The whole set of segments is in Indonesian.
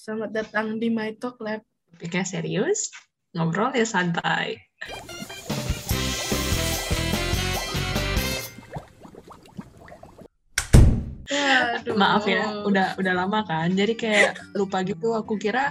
Selamat datang di My Talk Lab. Topiknya serius, ngobrol ya santai. Aduh. Maaf ya, udah lama kan, jadi kayak lupa gitu. Aku kira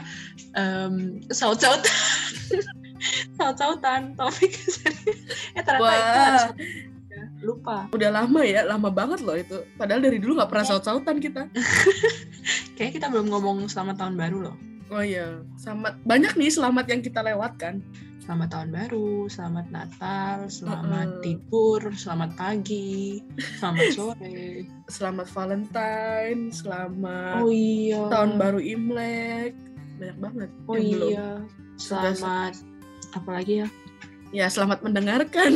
saut-sautan topik serius. Ternyata itu harus lupa. Udah lama ya, lama banget loh itu. Padahal dari dulu nggak pernah saut-sautan kita. Kayaknya kita belum ngomong selamat tahun baru loh. Oh iya, banyak nih selamat yang kita lewatkan. Selamat tahun baru, selamat Natal, selamat tidur, selamat pagi, selamat sore, selamat Valentine, selamat iya. tahun baru Imlek, banyak banget. Oh iya, selamat apa lagi ya? Ya selamat mendengarkan.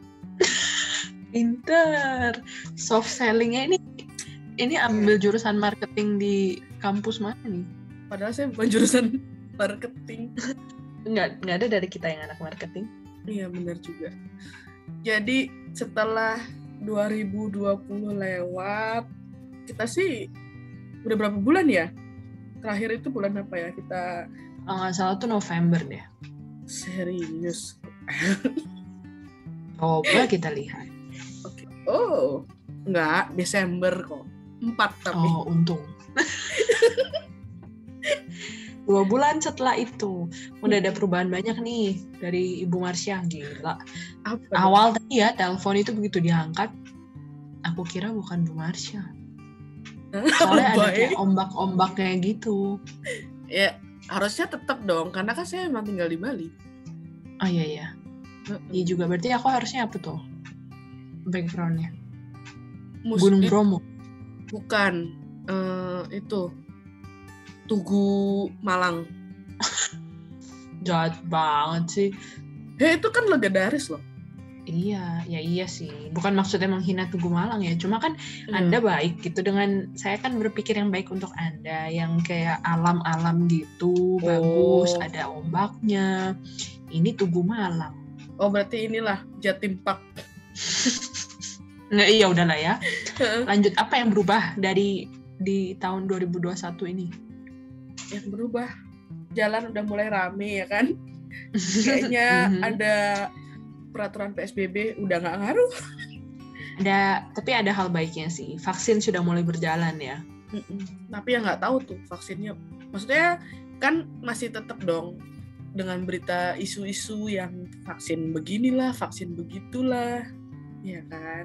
Pinter, soft sellingnya ini ambil jurusan marketing di kampus mana nih? Padahal saya bukan jurusan marketing. Nggak ada dari kita yang anak marketing. Iya benar juga. Jadi setelah 2020 lewat, kita sih udah berapa bulan ya? Terakhir itu bulan apa ya? Kita nggak salah tuh November deh. Serius? Coba kita lihat. Oke. Oh, enggak, Desember kok. 4 tapi. Oh, untung. 2 bulan setelah itu udah ada perubahan banyak nih dari Ibu Marsha, gila. Apa awal tadi ya telepon itu begitu diangkat, aku kira bukan Bu Marsha. Soalnya ada kayak ombak-ombak kayak gitu. Ya harusnya tetap dong, karena kan saya emang tinggal di Bali. Oh iya. Iya juga, berarti aku harusnya apa tuh backgroundnya? Gunung Bromo? Bukan, itu Tugu Malang. Jahat banget sih. Itu kan legendaris loh. Iya sih. Bukan maksudnya menghina Tugu Malang ya. Cuma kan Anda baik gitu dengan, saya kan berpikir yang baik untuk Anda, yang kayak alam-alam gitu, bagus, ada ombaknya. Ini Tugu Malang. Oh berarti inilah Jatim Park. Nggak, iya udahlah ya. Lanjut, apa yang berubah di tahun 2021 ini? Yang berubah, jalan udah mulai rame ya kan. Kayaknya ada peraturan PSBB udah nggak ngaruh. Tapi ada hal baiknya sih, vaksin sudah mulai berjalan ya. Tapi ya nggak tahu tuh vaksinnya, maksudnya kan masih tetap dong dengan berita isu-isu yang vaksin beginilah, vaksin begitulah, ya kan.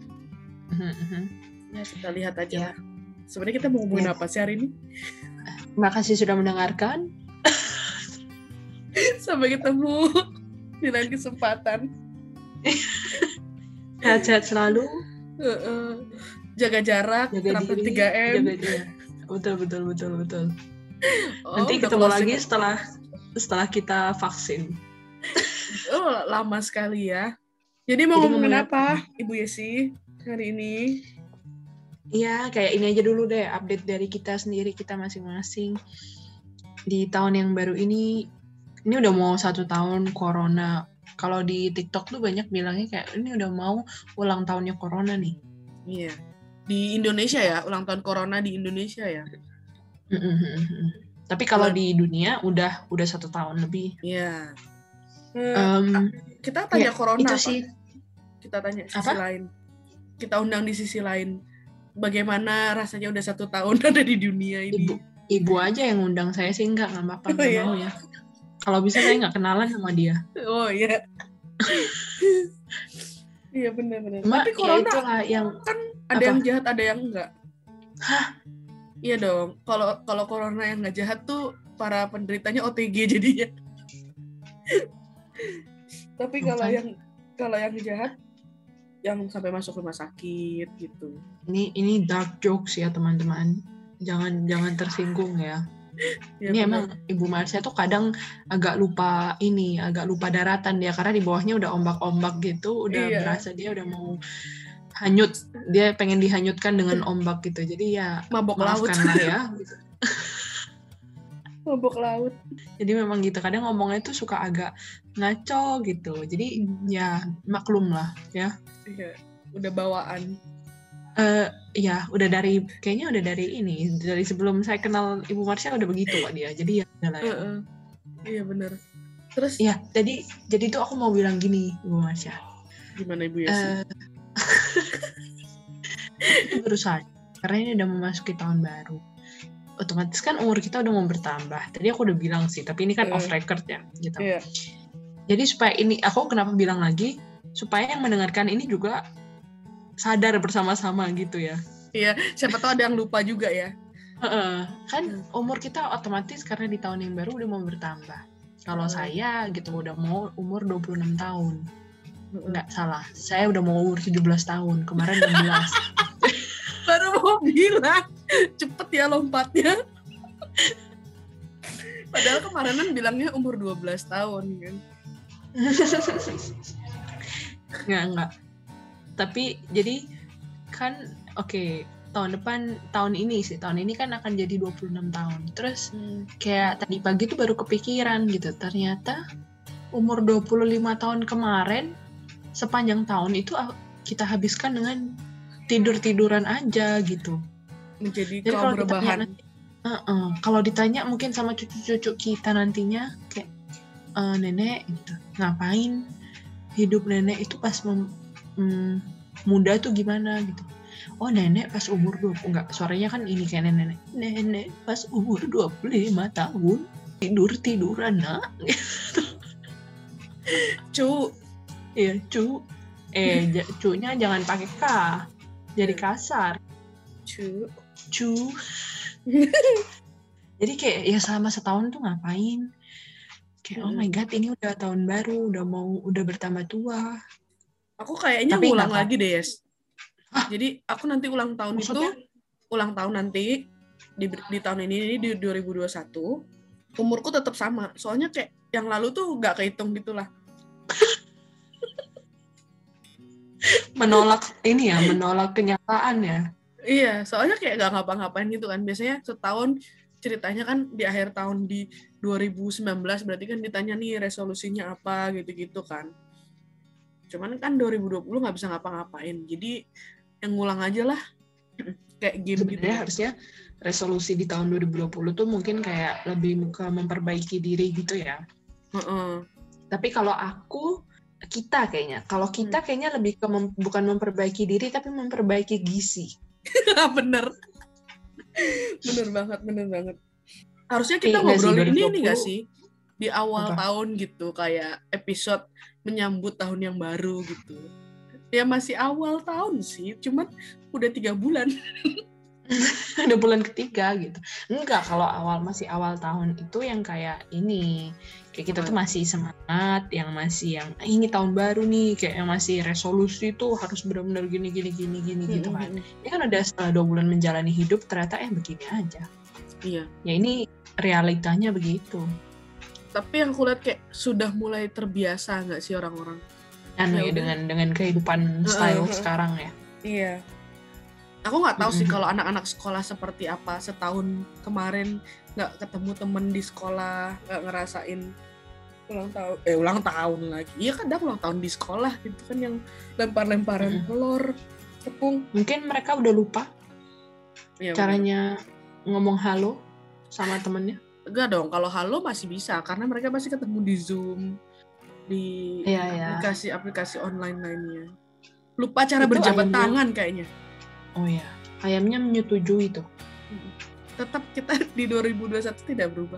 Ya kita lihat aja lah. Sebenarnya kita mau ngomongin apa sih hari ini? Terima kasih sudah mendengarkan. Sampai ketemu di lain kesempatan. Sehat-sehat selalu. Jaga jarak, terapkan 3M. Betul. Nanti ketemu lagi setelah kita vaksin. Lama sekali ya. Jadi mau ngomongin apa, Ibu Yesi, hari ini? Iya, kayak ini aja dulu deh, update dari kita sendiri, kita masing-masing. Di tahun yang baru ini udah mau 1 tahun corona. Kalau di TikTok tuh banyak bilangnya kayak ini udah mau ulang tahunnya corona nih. Iya. Di Indonesia ya, ulang tahun corona di Indonesia ya. Tapi kalau di dunia udah 1 tahun lebih. Iya. Kita tanya corona itu apa? Sih. Kita tanya sisi lain. Kita undang di sisi lain. Bagaimana rasanya udah 1 tahun ada di dunia ini? Ibu aja yang undang saya sih, nggak apa-apa, nggak mau ya. Kalau bisa saya nggak kenalan sama dia. Oh iya. Iya benar-benar. Tapi corona ya yang kan ada yang jahat, ada yang enggak. Hah? Iya dong. Kalau corona yang nggak jahat tuh para penderitanya OTG jadinya. Tapi kalau yang jahat, yang sampai masuk rumah sakit gitu. Ini dark jokes ya teman-teman. Jangan tersinggung ya. Ini bener. Emang Ibu Marsha tuh kadang agak lupa daratan dia, karena di bawahnya udah ombak-ombak gitu, udah berasa dia udah mau hanyut. Dia pengen dihanyutkan dengan ombak gitu. Jadi ya mabok laut lah ya gitu. Mabok laut. Jadi memang gitu, kadang ngomongnya tuh suka agak ngaco gitu. Jadi ya maklum lah ya. Iya, udah bawaan. Ya kayaknya udah dari ini, dari sebelum saya kenal Ibu Marsha udah begitu kok dia. Jadi ya udah lah ya. Iya benar. Terus? Iya, jadi tuh aku mau bilang gini, Ibu Marsha. Gimana Ibu Yesi? Ini baru saja, karena ini udah memasuki tahun baru. Otomatis kan umur kita udah mau bertambah. Tadi aku udah bilang sih, tapi ini kan off record ya, gitu. Iya. Jadi supaya ini, aku kenapa bilang lagi, supaya yang mendengarkan ini juga sadar bersama-sama gitu ya. Iya, siapa tahu ada yang lupa juga ya. Kan umur kita otomatis karena di tahun yang baru udah mau bertambah. Kalau saya gitu udah mau umur 26 tahun. Nggak salah, saya udah mau umur 17 tahun, kemarin 16. Baru mau bilang, cepet ya lompatnya. Padahal kemarinan bilangnya umur 12 tahun kan. Enggak. Tapi jadi kan oke, tahun ini kan akan jadi 26 tahun. Terus kayak tadi pagi tuh baru kepikiran gitu, ternyata umur 25 tahun kemarin sepanjang tahun itu kita habiskan dengan tidur-tiduran aja gitu. Menjadi kaum rebahan. Kalau ditanya mungkin sama cucu-cucu kita nantinya kayak nenek gitu, ngapain hidup nenek itu pas muda tuh gimana gitu. Oh nenek pas umur 20, enggak, suaranya kan ini kayak nenek pas umur 25 tahun tidur-tiduran nak. Cu. Iya, cu. Cu-nya jangan pakai K. Jadi kasar. Cu. Jadi kayak ya selama setahun tuh ngapain? Kayak oh my god, ini udah tahun baru, udah bertambah tua. Aku kayaknya ulang lagi deh, Yes. Jadi aku nanti ulang tahun. Maksudnya? Itu ulang tahun nanti di tahun ini di 2021 umurku tetap sama. Soalnya kayak yang lalu tuh nggak kehitung gitulah. menolak kenyataan ya. Iya, soalnya kayak nggak ngapa-ngapain gitu kan. Biasanya setahun ceritanya kan di akhir tahun di 2019 berarti kan ditanya nih resolusinya apa gitu-gitu kan. Cuman kan 2020 nggak bisa ngapa-ngapain. Jadi yang ngulang aja lah. Kayak game sebenarnya gitu. Harusnya resolusi di tahun 2020 tuh mungkin kayak lebih ke memperbaiki diri gitu ya. Tapi kalau kita kayaknya lebih ke bukan memperbaiki diri tapi memperbaiki gizi. Bener banget. Harusnya kita ngobrolin ini nggak sih di awal tahun gitu, kayak episode menyambut tahun yang baru gitu. Ya masih awal tahun sih, cuman udah 3 bulan. Udah bulan ketiga gitu. Enggak, kalau masih awal tahun itu yang kayak ini, kayak kita tuh masih semangat, yang ini tahun baru nih, kayak yang masih resolusi tuh harus benar-benar gini gitu kan. Ini kan udah setelah 2 bulan menjalani hidup ternyata begini aja. Iya. Ya ini realitanya begitu. Tapi yang aku lihat kayak sudah mulai terbiasa nggak sih orang-orang? Dengan kehidupan style sekarang ya. Iya. Aku nggak tahu sih kalau anak-anak sekolah seperti apa setahun kemarin nggak ketemu temen di sekolah, nggak ngerasain ulang tahun lagi. Iya kadang ulang tahun di sekolah gitu kan yang lempar-lemparan telur, tepung. Mungkin mereka udah lupa caranya ngomong halo sama temennya. Enggak dong, kalau halo masih bisa karena mereka pasti ketemu di Zoom, di aplikasi online lainnya. Lupa cara berjabat tangan kayaknya. Oh ya, ayamnya menyetujui itu. Tetap kita di 2021 tidak berubah.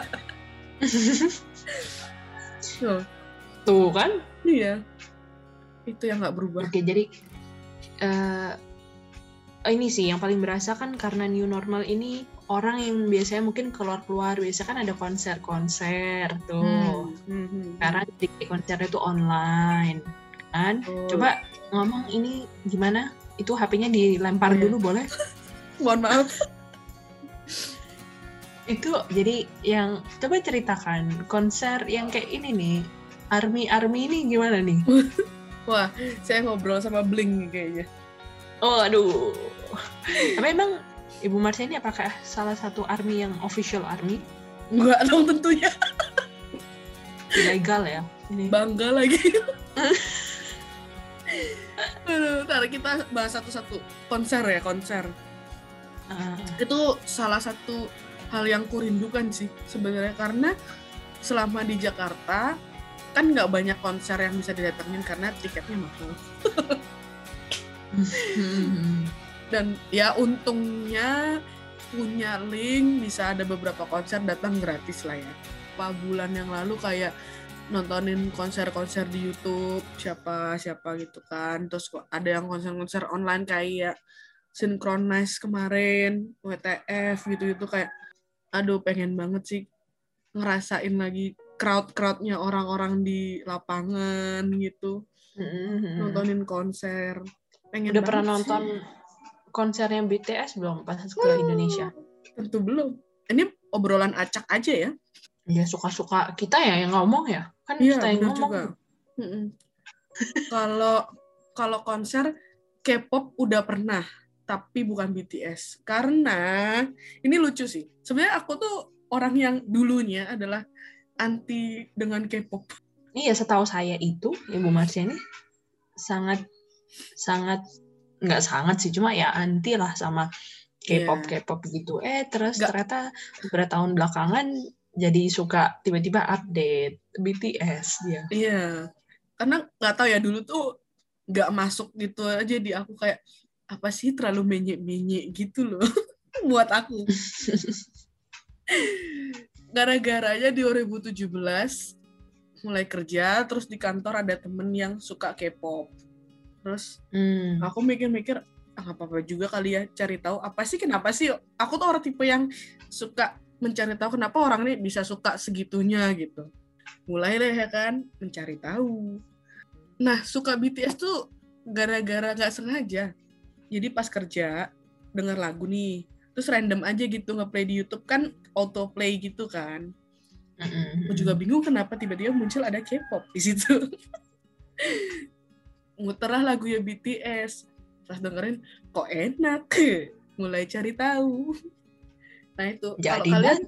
Tuh kan? Iya. Itu yang nggak berubah. Oke, jadi ini sih yang paling berasa kan karena new normal ini, orang yang biasanya mungkin keluar biasa kan ada konser tuh. Karena di konsernya tuh online kan. Coba ngomong ini gimana? Itu HP-nya dilempar dulu boleh? Mohon maaf. Itu jadi yang coba ceritakan konser yang kayak ini nih, Army ini gimana nih? Wah, saya ngobrol sama Blink nih kayaknya. Oh aduh. Tapi emang Ibu Marsha ini apakah salah satu Army yang official Army? Enggak dong tentunya. Ilegal ya ini. Bangga lagi. Aduh, ntar kita bahas satu-satu. Konser. Itu salah satu hal yang kurindukan sih sebenarnya, karena selama di Jakarta kan nggak banyak konser yang bisa didatengin karena tiketnya mahal. Dan ya untungnya punya link bisa ada beberapa konser datang gratis lah ya. Beberapa bulan yang lalu kayak nontonin konser-konser di YouTube siapa gitu kan, terus ada yang konser-konser online kayak Synchronize kemarin, WTF gitu kayak aduh pengen banget sih ngerasain lagi crowd-crowdnya orang-orang di lapangan gitu, nontonin konser. Pengen udah pernah banget nonton sih konsernya BTS belum pas ke Indonesia? Tentu belum. Ini obrolan acak aja ya. Ya suka-suka kita ya yang ngomong ya. Kan Iya, kita yang benar ngomong. juga. Kalau konser K-pop udah pernah, tapi bukan BTS. Karena ini lucu sih. Sebenarnya aku tuh orang yang dulunya adalah anti dengan K-pop. Iya, setahu saya itu Ibu Marsha ini sangat nggak sangat sih, cuma ya anti lah sama K-pop gitu. Terus ternyata beberapa tahun belakangan jadi suka tiba-tiba update BTS dia. Iya, karena nggak tahu ya dulu tuh nggak masuk gitu aja di aku, kayak apa sih terlalu menyek gitu loh buat aku. Gara-garanya di 2017 mulai kerja, terus di kantor ada temen yang suka K-pop. Terus aku mikir-mikir, apa-apa juga kali ya cari tahu apa sih, kenapa sih. Aku tuh orang tipe yang suka mencari tahu kenapa orang ini bisa suka segitunya gitu. Mulai deh ya kan mencari tahu. Nah, suka BTS tuh gara-gara gak sengaja. Jadi pas kerja denger lagu nih, terus random aja gitu ngeplay di YouTube kan, autoplay gitu kan. Aku juga bingung kenapa tiba-tiba muncul ada K-pop di situ. Muterlah lagunya BTS. Pas dengerin kok enak. Mulai cari tahu. Nah itu jadi kalau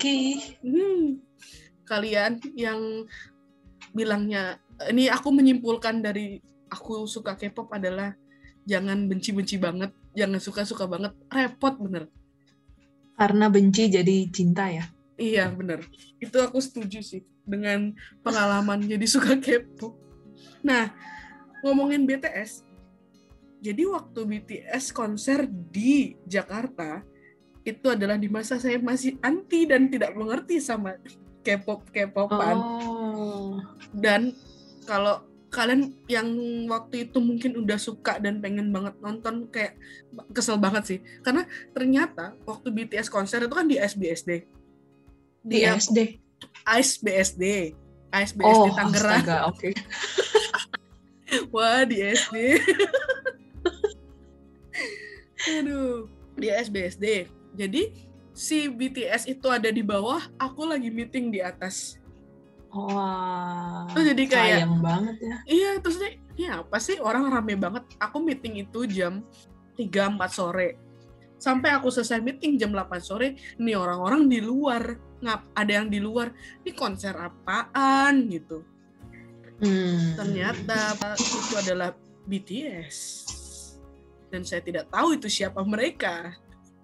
kalian yang bilangnya, ini aku menyimpulkan dari aku suka K-pop adalah jangan benci-benci banget, jangan suka-suka banget, repot bener. Karena benci jadi cinta ya? Iya bener, itu aku setuju sih dengan pengalaman jadi suka K-pop. Nah, ngomongin BTS, jadi waktu BTS konser di Jakarta, itu adalah di masa saya masih anti dan tidak mengerti sama K-popan. Dan kalau kalian yang waktu itu mungkin udah suka dan pengen banget nonton, kayak kesel banget sih. Karena ternyata waktu BTS konser itu kan di ASBSD. ASBSD Tangerang. Astaga, oke. Wah, di SD. Aduh, di ASBSD. Jadi si BTS itu ada di bawah, aku lagi meeting di atas. Wah, jadi kayak sayang banget ya. Iya, terus ini apa sih, orang rame banget. Aku meeting itu jam 3-4 sore. Sampai aku selesai meeting jam 8 sore, nih orang-orang di luar. Ada yang di luar, ini konser apaan gitu. Ternyata itu adalah BTS. Dan saya tidak tahu itu siapa mereka.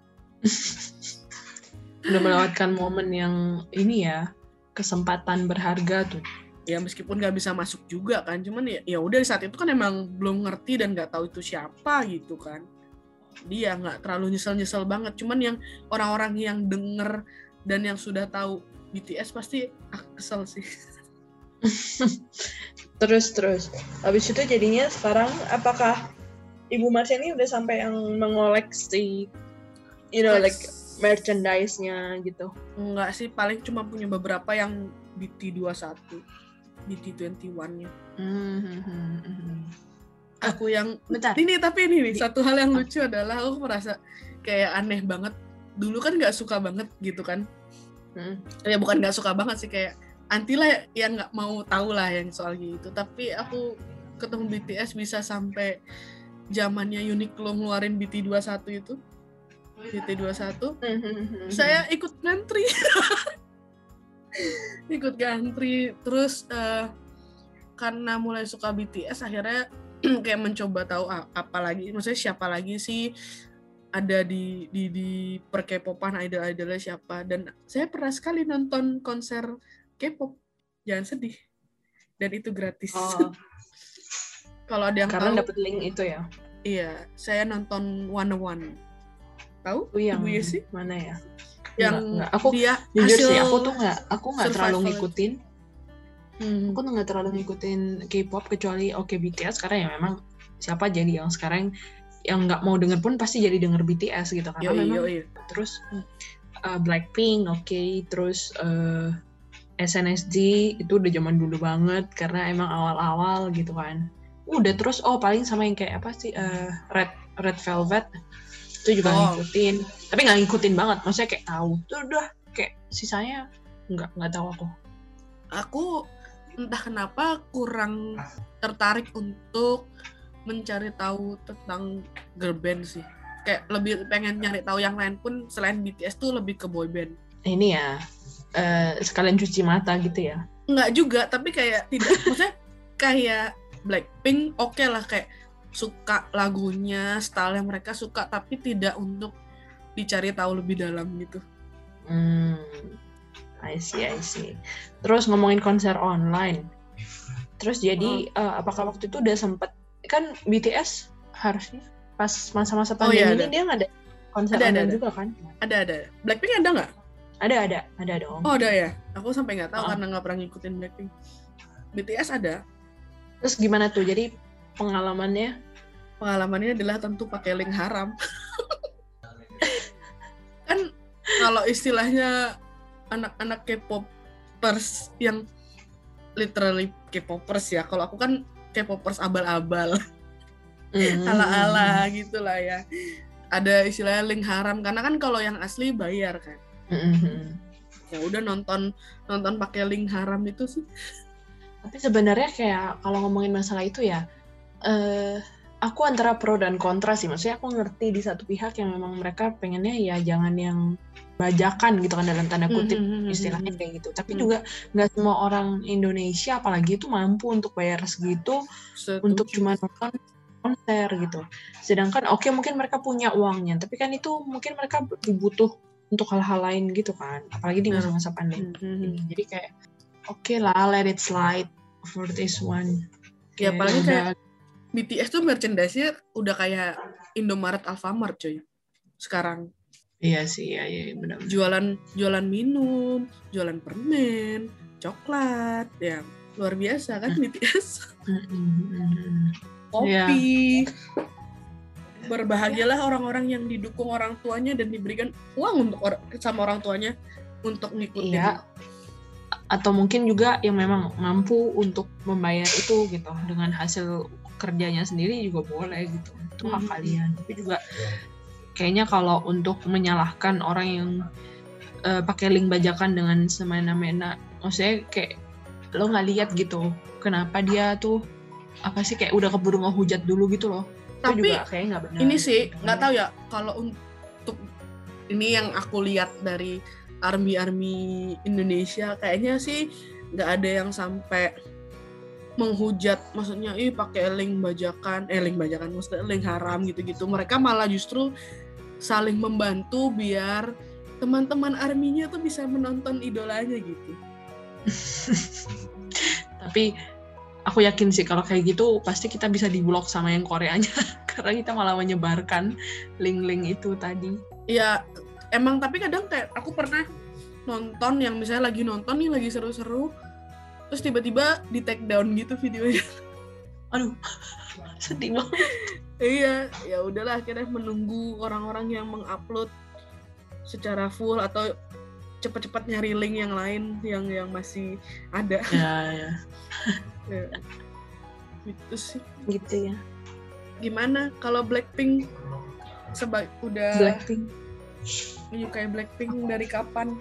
Udah melewatkan momen yang ini ya, kesempatan berharga tuh. Ya meskipun nggak bisa masuk juga kan, cuman ya udah saat itu kan emang belum ngerti dan nggak tahu itu siapa gitu kan. Dia nggak terlalu nyesel banget, cuman yang orang-orang yang denger dan yang sudah tahu BTS pasti kesel sih. Terus habis itu jadinya sekarang apakah Ibu Marsha ini udah sampai yang mengoleksi like merchandise-nya gitu? Enggak sih, paling cuma punya beberapa yang BT21, BT21-nya. Aku yang tapi ini satu hal yang lucu adalah aku merasa kayak aneh banget. Dulu kan nggak suka banget gitu kan. Ya bukan nggak suka banget sih, kayak anti lah, yang nggak mau tahu lah yang soal gitu. Tapi aku ketemu BTS bisa sampai zamannya Uniqlo ngeluarin BT21 itu. BT21. Saya ikut ngantri. Terus karena mulai suka BTS, akhirnya kayak mencoba tahu apa lagi, maksudnya siapa lagi sih ada di per K-popan, idol-idolnya siapa. Dan saya pernah sekali nonton konser K-pop, jangan sedih, dan itu gratis. Kalau ada yang karena tahu, dapat link itu ya. Iya, saya nonton 101. Tahu? Yang Ibu Yesi? mana ya? Yang enggak. Aku dia jujur sih, aku nggak terlalu ngikutin. Aku tuh nggak terlalu ngikutin K-pop kecuali BTS, karena ya memang siapa jadi yang sekarang yang nggak mau denger pun pasti jadi denger BTS gitu, karena memang. Terus Blackpink terus SNSD itu udah zaman dulu banget karena emang awal-awal gitu kan. Udah terus paling sama yang kayak apa sih Red Velvet itu juga ngikutin, tapi nggak ngikutin banget, maksudnya kayak tahu tuh udah, kayak sisanya nggak tahu aku entah kenapa kurang tertarik untuk mencari tahu tentang girl band sih, kayak lebih pengen nyari tahu yang lain pun selain BTS tuh lebih ke boy band. Ini ya sekalian cuci mata gitu ya? Nggak juga, tapi kayak tidak maksudnya kayak Blackpink oke lah, kayak suka lagunya, style yang mereka suka, tapi tidak untuk dicari tahu lebih dalam gitu. I see. Terus ngomongin konser online. Terus jadi apakah waktu itu udah sempet, kan BTS harusnya pas masa-masa pandemi ini dia nggak ada konser online juga kan? Ada. Blackpink ada nggak? Ada dong. Oh ada ya? Aku sampai nggak tahu karena nggak pernah ngikutin Blackpink. BTS ada. Terus gimana tuh? Jadi pengalamannya? Pengalamannya adalah tentu pakai link haram. Kan kalau istilahnya anak-anak K-popers yang literally K-popers ya. Kalau aku kan K-popers abal-abal. Ala-ala gitulah ya. Ada istilahnya link haram karena kan kalau yang asli bayar kan. Ya udah nonton pakai link haram itu sih. Tapi sebenarnya kayak kalau ngomongin masalah itu ya, aku antara pro dan kontra sih. Maksudnya aku ngerti di satu pihak yang memang mereka pengennya ya jangan yang bajakan gitu kan, dalam tanda kutip istilahnya kayak gitu. Tapi juga nggak semua orang Indonesia apalagi itu mampu untuk bayar segitu untuk cuma nonton konser gitu. Sedangkan mungkin mereka punya uangnya, tapi kan itu mungkin mereka butuh untuk hal-hal lain gitu kan. Apalagi di masa-masa pandemi. Jadi kayak lah, let it slide for this one. Ya apalagi kayak BTS tuh merchandise-nya udah kayak Indomaret, Alfamart coy sekarang. Iya sih, iya benar. Jualan minum, jualan permen, coklat, ya luar biasa kan BTS. Kopi. Berbahagialah orang-orang yang didukung orang tuanya dan diberikan uang sama orang tuanya untuk ngikutin. Iya. Atau mungkin juga yang memang mampu untuk membayar itu gitu dengan hasil kerjanya sendiri juga boleh gitu. Itu hak kalian. Tapi juga kayaknya kalau untuk menyalahkan orang yang pakai link bajakan dengan semena-mena, maksudnya kayak lo nggak lihat gitu kenapa dia tuh apa sih kayak udah keburu ngehujat dulu gitu loh. Tapi itu juga kayaknya nggak benar. Ini sih nggak tahu ya, kalau untuk ini yang aku lihat dari army Indonesia kayaknya sih nggak ada yang sampai menghujat, maksudnya pakai link bajakan maksudnya link haram gitu-gitu. Mereka malah justru saling membantu biar teman-teman arminya tuh bisa menonton idolanya gitu. Tapi aku yakin sih kalau kayak gitu pasti kita bisa di-blok sama yang Koreanya karena kita malah menyebarkan link-link itu tadi. Ya emang, tapi kadang kayak aku pernah nonton yang misalnya lagi nonton nih lagi seru-seru terus tiba-tiba di take down gitu videonya. Aduh, sedih banget. Iya, ya udahlah akhirnya menunggu orang-orang yang mengupload secara full atau cepat-cepat nyari link yang lain yang masih ada. Ya. Gitu sih. Gitu ya. Gimana kalau Blackpink udah Blackpink menyukai Blackpink dari kapan?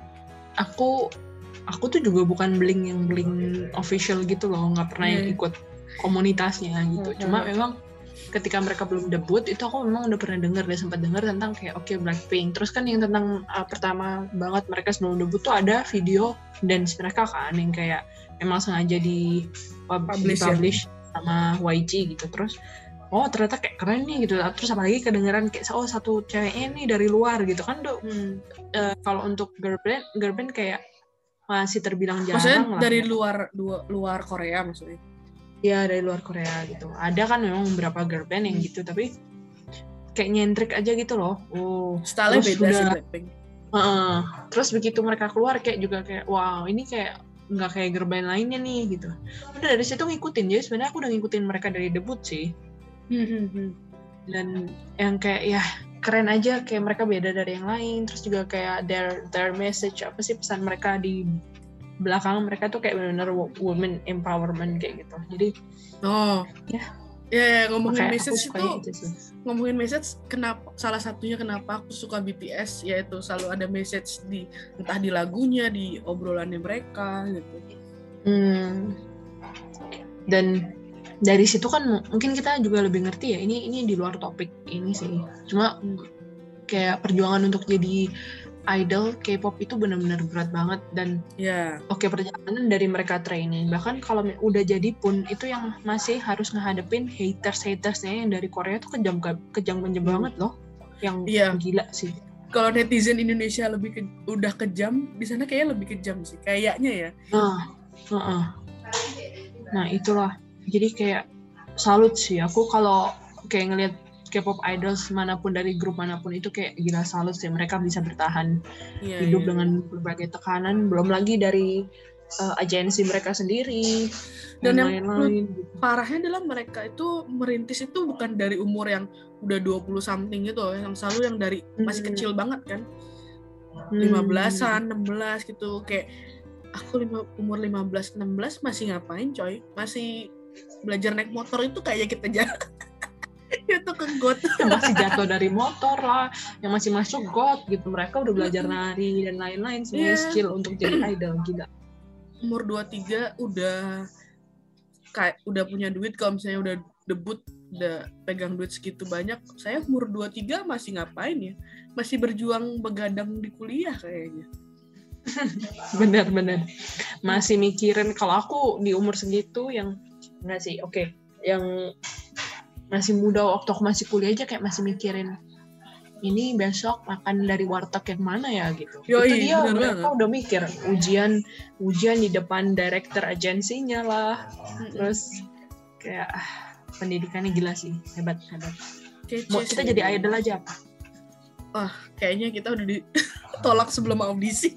Aku tuh juga bukan Blink official gitu loh, nggak pernah yang ikut komunitasnya gitu. Cuma memang ketika mereka belum debut itu aku memang udah pernah sempat dengar tentang kayak Blackpink. Terus kan yang tentang pertama banget mereka sebelum debut tuh ada video dance mereka kan yang kayak emang sengaja di publish sama YG gitu. Terus oh ternyata kayak keren nih gitu. Terus apalagi kedengeran kayak oh satu ceweknya nih dari luar gitu kan. Kalau untuk girl band kayak masih terbilang jarang. Maksudnya dari luar Korea maksudnya? Ya dari luar Korea gitu. Ada kan memang beberapa girl band yang gitu, tapi kayak nyentrik aja gitu loh. Style-nya beda sih Blackpink. Terus begitu mereka keluar kayak juga kayak wow ini kayak nggak kayak girl band lainnya nih gitu. Udah dari situ ngikutin, jadi sebenarnya aku udah ngikutin mereka dari debut sih. Dan yang kayak ya keren aja, kayak mereka beda dari yang lain. Terus juga kayak their message, apa sih pesan mereka di belakang mereka tuh kayak benar-benar women empowerment kayak gitu. Jadi ngomongin message itu ngomongin message, kenapa salah satunya kenapa aku suka BTS yaitu selalu ada message di entah di lagunya, di obrolannya mereka gitu. Dan dari situ kan mungkin kita juga lebih ngerti ya, ini di luar topik ini sih. Cuma kayak perjuangan untuk jadi idol K-pop itu benar-benar berat banget. Dan perjalanan dari mereka training, bahkan kalau udah jadi pun itu yang masih harus ngehadapin hatersnya yang dari Korea tuh kejam banget loh, yang gila sih. Kalau netizen Indonesia udah kejam, di sana kayaknya lebih kejam sih kayaknya ya. Nah itulah, jadi kayak salut sih aku kalau kayak ngelihat K-pop idols manapun dari grup manapun itu kayak gila salut sih, mereka bisa bertahan hidup dengan berbagai tekanan, belum lagi dari agensi mereka sendiri dan yang lain-lain. Parahnya adalah mereka itu merintis itu bukan dari umur yang udah 20 something gitu, yang selalu yang dari masih kecil banget kan, 15-an, 16 gitu. Kayak aku umur 15-16 masih ngapain coy, masih belajar naik motor itu kayak kita itu ke got. Yang masih jatuh dari motor lah, yang masih masuk got gitu. Mereka udah belajar nari dan lain-lain, semuanya skill untuk jadi idol, gila. Umur 23 udah punya duit, kalau misalnya udah debut, udah pegang duit segitu banyak. Saya umur 23 masih ngapain ya? Masih berjuang begadang di kuliah kayaknya. Bener-bener. Masih mikirin, kalau aku di umur segitu yang enggak sih, yang masih muda waktu aku masih kuliah aja kayak masih mikirin ini besok makan dari warteg yang mana ya gitu. Itu dia mereka udah mikir ujian di depan direktur agensinya lah. Terus kayak pendidikannya gila sih, hebat. Mau kita jadi idol aja apa? Wah, kayaknya kita udah ditolak sebelum audisi.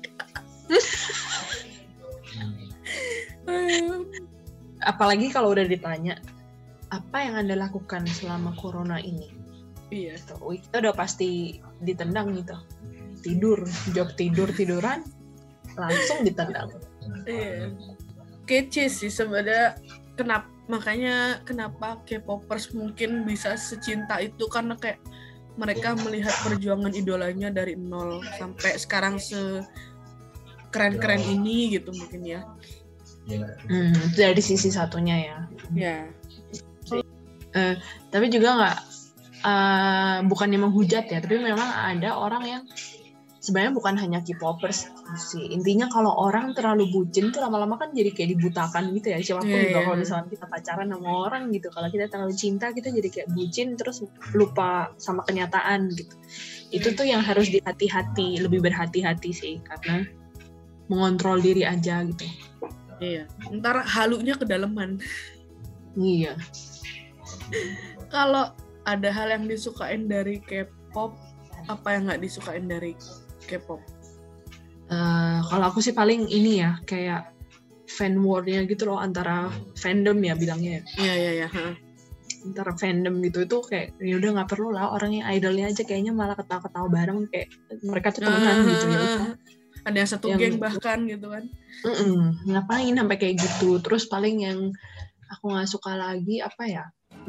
Apalagi kalau udah ditanya apa yang Anda lakukan selama corona ini? Iya. Kita udah pasti ditendang gitu. Job tiduran, langsung ditendang. Iya. Kece sih sebenarnya. Makanya kenapa K-popers mungkin bisa secinta itu, karena kayak mereka melihat perjuangan idolanya dari nol sampai sekarang sekeren-keren ini gitu mungkin ya. Dari sisi satunya ya. Ya. Tapi juga bukannya menghujat ya, tapi memang ada orang yang sebenarnya bukan hanya K-popers sih. Intinya kalau orang terlalu bucin tuh lama-lama kan jadi kayak dibutakan gitu ya. Siapapun juga kalau misalnya kita pacaran sama orang gitu, kalau kita terlalu cinta kita jadi kayak bucin terus lupa sama kenyataan gitu. Itu tuh yang harus lebih berhati-hati sih, karena mengontrol diri aja gitu. Iya, ntar halunya kedalaman. Iya. Kalau ada hal yang disukain dari K-pop, apa yang nggak disukain dari K-pop? Kalau aku sih paling ini ya, kayak fan war-nya gitu loh, antara fandom ya bilangnya. Iya. Antara fandom gitu itu kayak ya udah nggak perlu lah, orangnya idolnya aja kayaknya malah ketawa-ketawa bareng, kayak mereka tuh temenan gitu ya. Ada yang satu geng bahkan gitu kan. Ngapain sampai kayak gitu. Terus paling yang aku nggak suka lagi apa ya?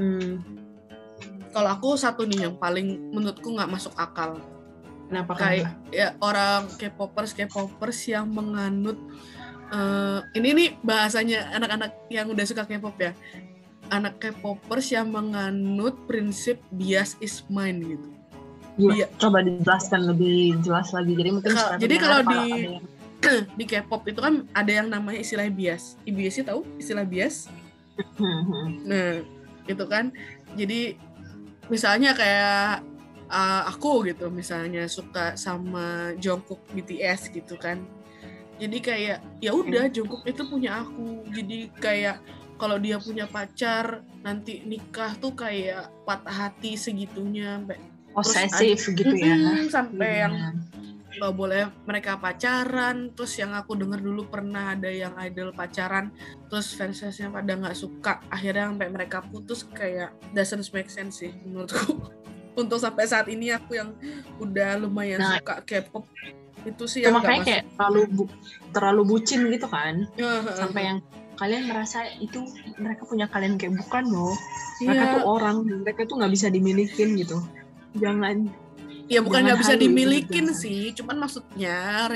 Kalau aku satu nih yang paling menurutku nggak masuk akal. Kenapa? Kayak ya orang K-popers yang menganut ini nih bahasanya anak-anak yang udah suka K-pop ya. Anak K-popers yang menganut prinsip bias is mine gitu. Coba dijelaskan lebih jelas lagi. Jadi mungkin kalau di K-pop itu kan ada yang namanya istilah bias. Ibu Yesi tahu istilah bias? Nah, itu kan. Jadi misalnya kayak aku gitu, misalnya suka sama Jungkook BTS gitu kan. Jadi kayak ya udah Jungkook itu punya aku. Jadi kayak kalau dia punya pacar nanti nikah tuh kayak patah hati segitunya, posesif gitu ya. Sampai yang nggak boleh mereka pacaran. Terus yang aku dengar dulu pernah ada yang idol pacaran terus fansnya pada nggak suka, akhirnya sampai mereka putus, kayak doesn't make sense sih menurutku. Untuk sampai saat ini aku yang udah lumayan suka K-pop itu sih yang makanya kayak terlalu bucin gitu kan. Sampai yang kalian merasa itu mereka punya kalian, kayak bukan loh. Mereka tuh orang, mereka tuh nggak bisa dimilikin gitu. Jangan. Ya bukan nggak bisa dimilikin sih, cuman maksudnya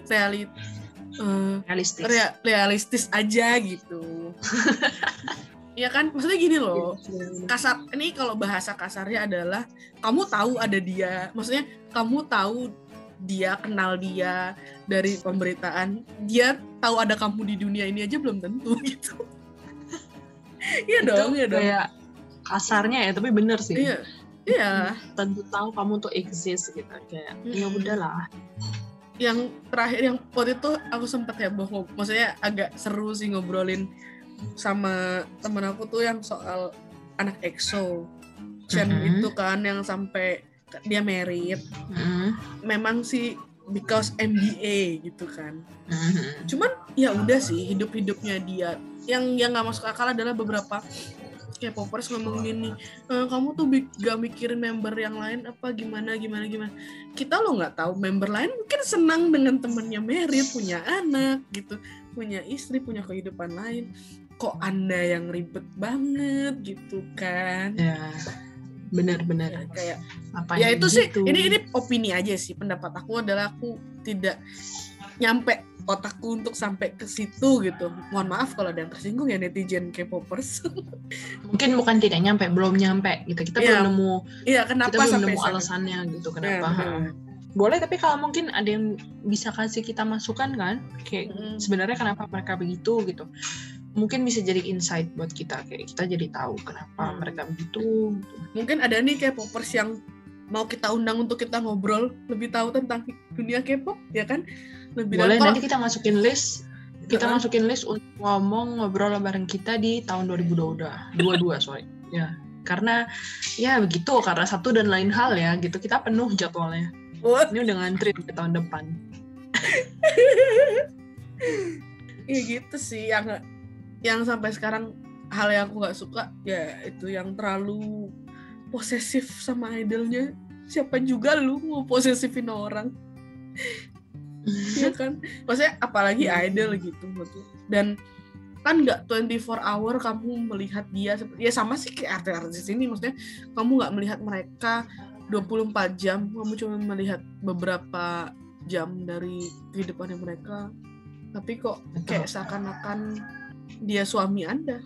realistis aja gitu. Ya kan, maksudnya gini loh, kasar. Ini kalau bahasa kasarnya adalah kamu tahu ada dia, maksudnya kamu tahu dia, kenal dia dari pemberitaan, dia tahu ada kamu di dunia ini aja belum tentu gitu. Iya dong, ya dong. Kayak kasarnya ya, tapi bener sih. Iya. Tentu tahu kamu tuh exist gitu, kayak ya udahlah. Yang terakhir yang waktu itu aku sempat heboh, maksudnya agak seru sih ngobrolin sama temen aku tuh yang soal anak EXO, Chen itu kan yang sampai dia married. Memang sih because MBA gitu kan. Cuman ya udah sih, hidup-hidupnya dia. Yang nggak masuk akal adalah beberapa K-popers ngomong gini, kamu tuh gak mikirin member yang lain apa gimana. Kita lo nggak tahu, member lain mungkin senang dengan temennya married, punya anak gitu, punya istri, punya kehidupan lain. Kok Anda yang ribet banget gitu kan? Ya, benar-benar. Ya, kayak ya itu sih, ini opini aja sih. Pendapat aku adalah aku tidak nyampe otakku untuk sampai ke situ gitu. Mohon maaf kalau ada yang tersinggung ya netizen K-popers. Mungkin bukan tidak nyampe, belum nyampe gitu. Kita belum nemu. Iya, kenapa kita belum sampai nemu alasannya gitu kenapa. Boleh, tapi kalau mungkin ada yang bisa kasih kita masukan kan, kayak sebenarnya kenapa mereka begitu gitu. Mungkin bisa jadi insight buat kita, kayak kita jadi tahu kenapa mereka begitu. Mungkin ada nih K-popers yang mau kita undang untuk kita ngobrol lebih tahu tentang dunia K-pop, ya kan? Boleh, nanti kita masukin list. Masukin list untuk ngobrol bareng kita di tahun 2022, sorry. Ya, karena ya begitu, karena satu dan lain hal ya gitu. Kita penuh jadwalnya. Ini udah ngantri ke tahun depan. Iya gitu sih, yang sampai sekarang hal yang aku nggak suka ya itu yang terlalu posesif sama idolnya. Siapa juga lu mau posesifin orang? Iya kan, maksudnya apalagi idol gitu. Dan kan nggak 24 hour kamu melihat dia seperti, ya sama sih kayak artis-artis ini, maksudnya kamu nggak melihat mereka 24 jam, kamu cuma melihat beberapa jam dari kehidupannya mereka, tapi kok kayak seakan-akan dia suami Anda.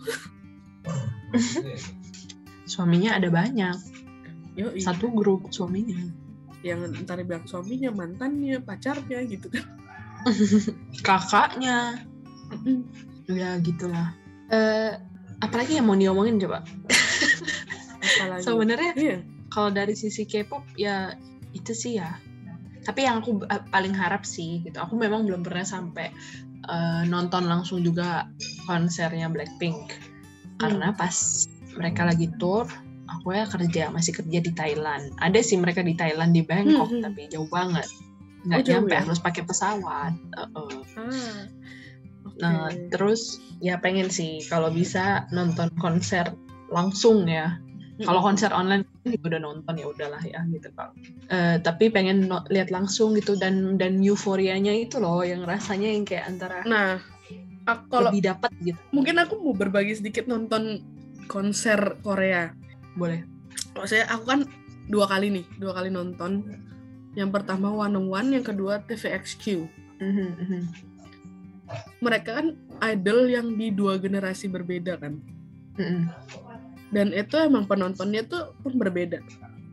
Suaminya ada banyak. Yoi. Satu grup suaminya. Yang entar bilang suaminya, mantannya, pacarnya gitu kan. Kakaknya. Ya gitulah. Apalagi yang mau diomongin coba? Sebenarnya kalau dari sisi K-pop ya itu sih ya. Tapi yang aku paling harap sih gitu. Aku memang belum pernah sampai nonton langsung juga konsernya Blackpink. Karena pas mereka lagi tour, aku ya masih kerja di Thailand. Ada sih mereka di Thailand, di Bangkok, tapi jauh banget. Nggak nyampe, harus pakai pesawat. Nah, terus ya pengen sih kalau bisa nonton konser langsung ya. Kalau konser online udah nonton ya udahlah ya gitu Kak. Tapi pengen lihat langsung gitu, dan euforianya itu loh yang rasanya yang kayak antara lebih dapat gitu. Mungkin aku mau berbagi sedikit nonton konser Korea. Boleh. Maksudnya aku kan dua kali nonton. Yang pertama 101, yang kedua TVXQ. Mereka kan idol yang di dua generasi berbeda kan. Dan itu emang penontonnya tuh pun berbeda.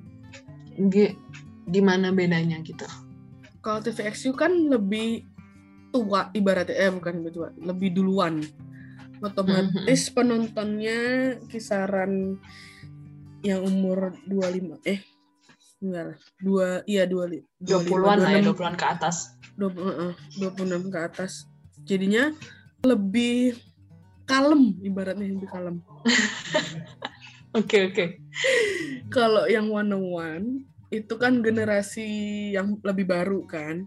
Gimana bedanya gitu? Kalau TVXQ kan lebih tua ibaratnya, bukan lebih tua, lebih duluan. Otomatis penontonnya kisaran yang umur 25 enggak lah. 20-an lah ya, 20-an ke atas. 26 ke atas. Jadinya lebih kalem, ibaratnya lebih kalem. Oke. Kalau yang 101 itu kan generasi yang lebih baru kan.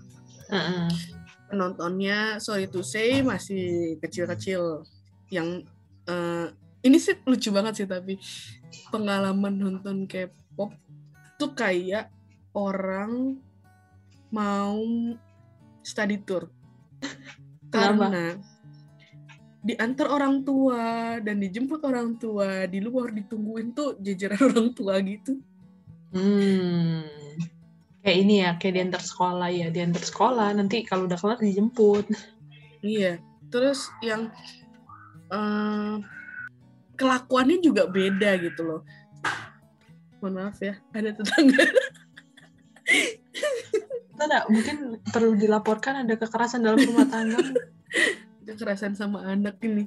Penontonnya sorry to say masih kecil-kecil. Yang ini sih lucu banget sih, tapi pengalaman nonton K-pop tuh kayak orang mau study tour. Karena diantar orang tua dan dijemput orang tua, di luar ditungguin tuh jajaran orang tua gitu. Kayak ini ya, kayak diantar sekolah ya, diantar sekolah, nanti kalau udah kelar dijemput. Iya, terus yang kelakuannya juga beda gitu loh. Mohon maaf ya, ada tetangga. Tidak, mungkin perlu dilaporkan ada kekerasan dalam rumah tangga. Kekerasan sama anak ini.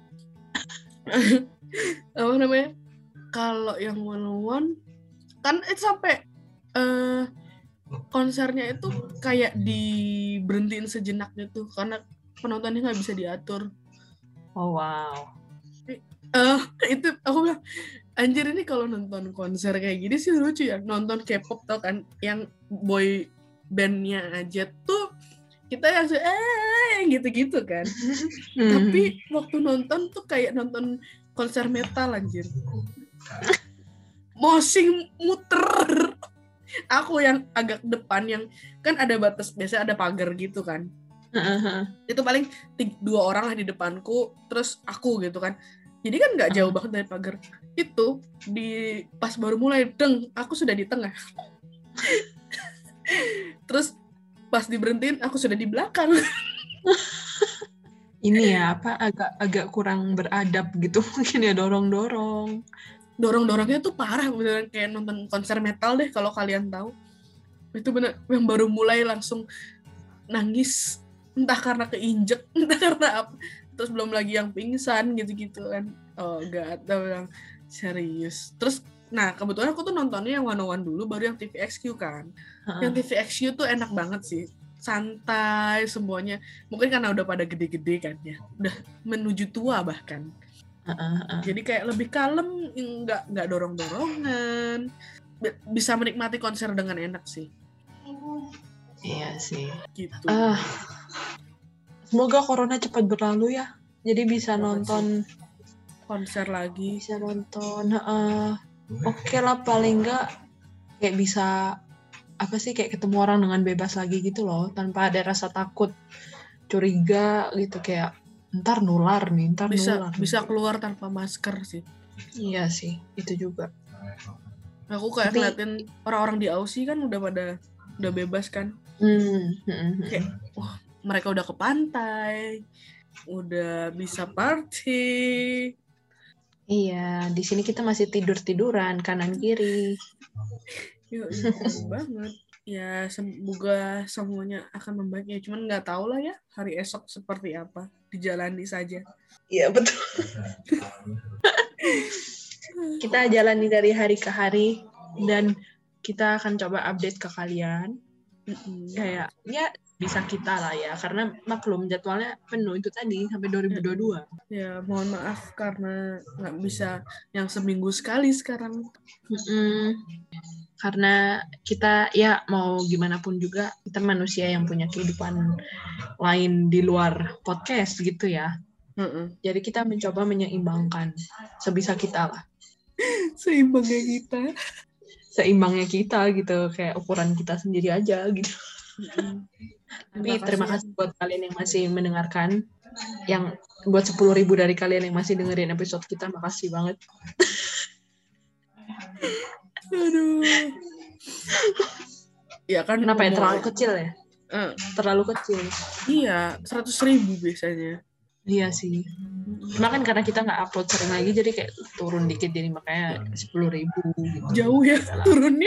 Apa namanya? Kalau yang 101 kan itu sampai konsernya itu kayak diberhentiin sejenak gitu karena penontonnya nggak bisa diatur. Oh wow. Itu aku bilang, anjir ini kalau nonton konser kayak gini sih lucu ya. Nonton K-pop tau kan, yang boy bandnya aja tuh kita yang gitu-gitu kan. Tapi waktu nonton tuh kayak nonton konser metal anjir. Moshing muter. Aku yang agak depan, yang kan ada batas, biasa ada pagar gitu kan. Itu paling 2 orang lah di depanku, terus aku gitu kan. Jadi kan nggak jauh banget dari pagar. Itu di pas baru mulai aku sudah di tengah. Terus pas diberhentiin aku sudah di belakang. Ini ya agak kurang beradab gitu, mungkin ya dorong-dorongnya tuh parah, beneran kayak nonton konser metal deh kalau kalian tahu. Itu bener yang baru mulai langsung nangis, entah karena keinjek, entah karena apa. Terus belum lagi yang pingsan gitu-gitu kan. Oh gak ada yang serius. Terus nah kebetulan aku tuh nontonnya yang 101 dulu, baru yang TVXQ kan. Yang TVXQ tuh enak banget sih, santai semuanya. Mungkin karena udah pada gede-gede kan ya, udah menuju tua bahkan. Jadi kayak lebih kalem, nggak dorong-dorongan, bisa menikmati konser dengan enak sih. Iya sih. Gitu. Semoga corona cepat berlalu ya. Jadi bisa nonton konser lagi. Bisa nonton. Oke lah, paling nggak kayak bisa kayak ketemu orang dengan bebas lagi gitu loh, tanpa ada rasa takut, curiga gitu, kayak ntar nular. Bisa keluar tanpa masker sih. Iya sih, itu juga. Aku kayak ngeliatin orang-orang di Aussie kan udah bebas kan. Kayak mereka udah ke pantai, udah bisa party. Iya, di sini kita masih tiduran kanan kiri. Banget. Ya semoga semuanya akan membaik ya. Cuman nggak tahu lah ya hari esok seperti apa. Dijalani saja. Iya betul. Kita jalani dari hari ke hari dan kita akan coba update ke kalian. Kayak ya bisa kita lah ya, karena maklum jadwalnya penuh itu tadi sampai 2022. Ya mohon maaf karena nggak bisa yang seminggu sekali sekarang. Karena kita ya mau gimana pun juga kita manusia yang punya kehidupan lain di luar podcast gitu ya. Jadi kita mencoba menyeimbangkan sebisa kita lah. Seimbangnya kita gitu, kayak ukuran kita sendiri aja gitu. Tapi terima kasih buat kalian yang masih mendengarkan, yang buat 10.000 dari kalian yang masih dengerin episode kita, makasih banget. Aduh. Ya kan. Kenapa ya, terlalu kecil ya? Terlalu kecil. Iya, 100.000 biasanya. Iya sih. Cuma kan karena kita nggak upload sering lagi, jadi kayak turun dikit, jadi makanya 10.000 gitu. Jauh ya turunnya.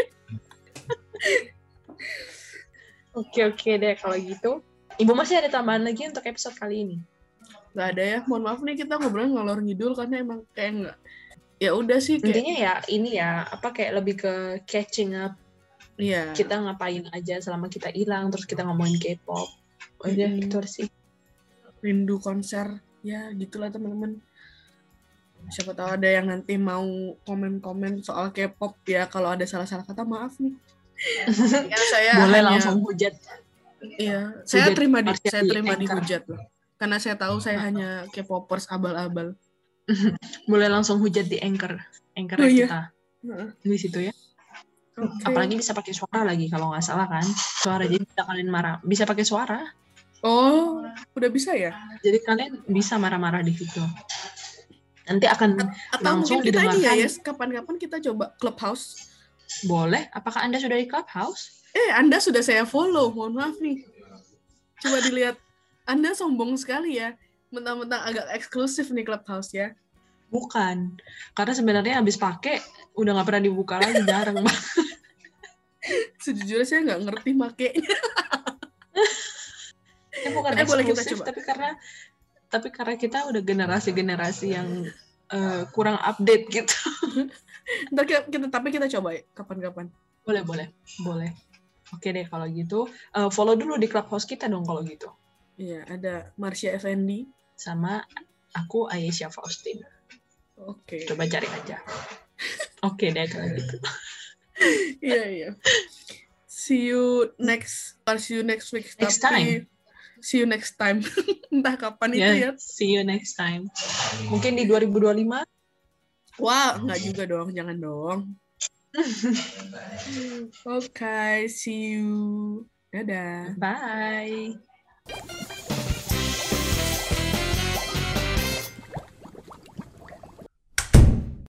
Oke deh kalau gitu. Ibu masih ada tambahan lagi untuk episode kali ini? nggak ada ya. Mohon maaf nih kita ngobrol ngalor ngidul karena emang kayak nggak. Ya udah sih kayak. Intinya ya ini ya apa kayak lebih ke catching up. Iya. Kita ngapain aja selama kita hilang, terus kita ngomongin K-pop. Udah gitu sih. Rindu konser, ya gitulah teman-teman. Siapa tahu ada yang nanti mau komen-komen soal K-pop ya. Kalau ada salah-salah kata maaf nih. Ya, saya boleh hanya, langsung hujat. Iya, saya terima di dihujat loh. Karena saya tahu saya hanya K-popers abal-abal. Boleh langsung hujat di anchor kita. Di situ ya. Okay. Apalagi bisa pakai suara lagi kalau nggak salah kan. Suara jadi bisa kalian marah. Bisa pakai suara. Oh, udah bisa ya? Jadi kalian bisa marah-marah di situ. Nanti akan atau langsung mungkin kita didengarkan. ini ya, yes, kapan-kapan kita coba Clubhouse. Boleh. Apakah Anda sudah di Clubhouse? Anda sudah saya follow. Mohon maaf nih. Coba dilihat. Anda sombong sekali ya. Mentang-mentang agak eksklusif nih Clubhouse ya. Bukan. Karena sebenarnya habis pakai udah nggak pernah dibuka lagi, jarang banget. Sejujurnya saya nggak ngerti makainya. Ini bukan eksklusif, tapi karena kita udah generasi yang kurang update gitu. Tapi kita coba ya kapan-kapan. Boleh. Oke deh kalau gitu. Follow dulu di Clubhouse kita dong kalau gitu. Iya, ada Marsha Effendi sama aku Aisyah Faustin. Oke. Coba cari aja. Oke deh kalau gitu. Iya. See you next week. See you next time. Entah kapan itu ya. See you next time. Mungkin di 2025. Wah, nggak juga dong. Jangan dong. Okay, see you. Dadah. Bye.